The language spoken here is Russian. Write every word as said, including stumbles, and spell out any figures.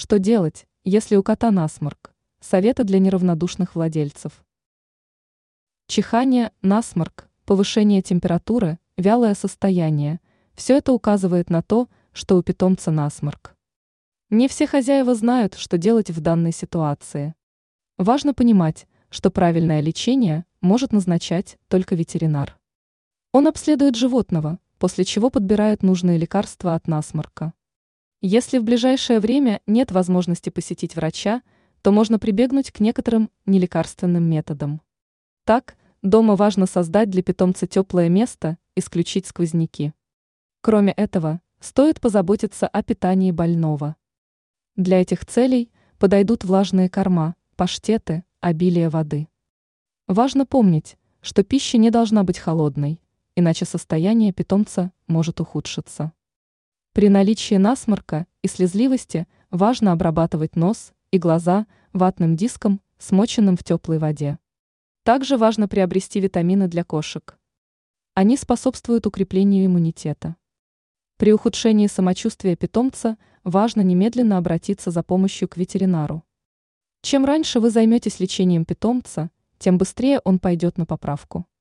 Что делать, если у кота насморк? Советы для неравнодушных владельцев. Чихание, насморк, повышение температуры, вялое состояние – все это указывает на то, что у питомца насморк. Не все хозяева знают, что делать в данной ситуации. Важно понимать, что правильное лечение может назначать только ветеринар. Он обследует животного, после чего подбирает нужные лекарства от насморка. Если в ближайшее время нет возможности посетить врача, то можно прибегнуть к некоторым нелекарственным методам. Так, дома важно создать для питомца теплое место, исключить сквозняки. Кроме этого, стоит позаботиться о питании больного. Для этих целей подойдут влажные корма, паштеты, обилие воды. Важно помнить, что пища не должна быть холодной, иначе состояние питомца может ухудшиться. При наличии насморка и слезливости важно обрабатывать нос и глаза ватным диском, смоченным в теплой воде. Также важно приобрести витамины для кошек. Они способствуют укреплению иммунитета. При ухудшении самочувствия питомца важно немедленно обратиться за помощью к ветеринару. Чем раньше вы займетесь лечением питомца, тем быстрее он пойдет на поправку.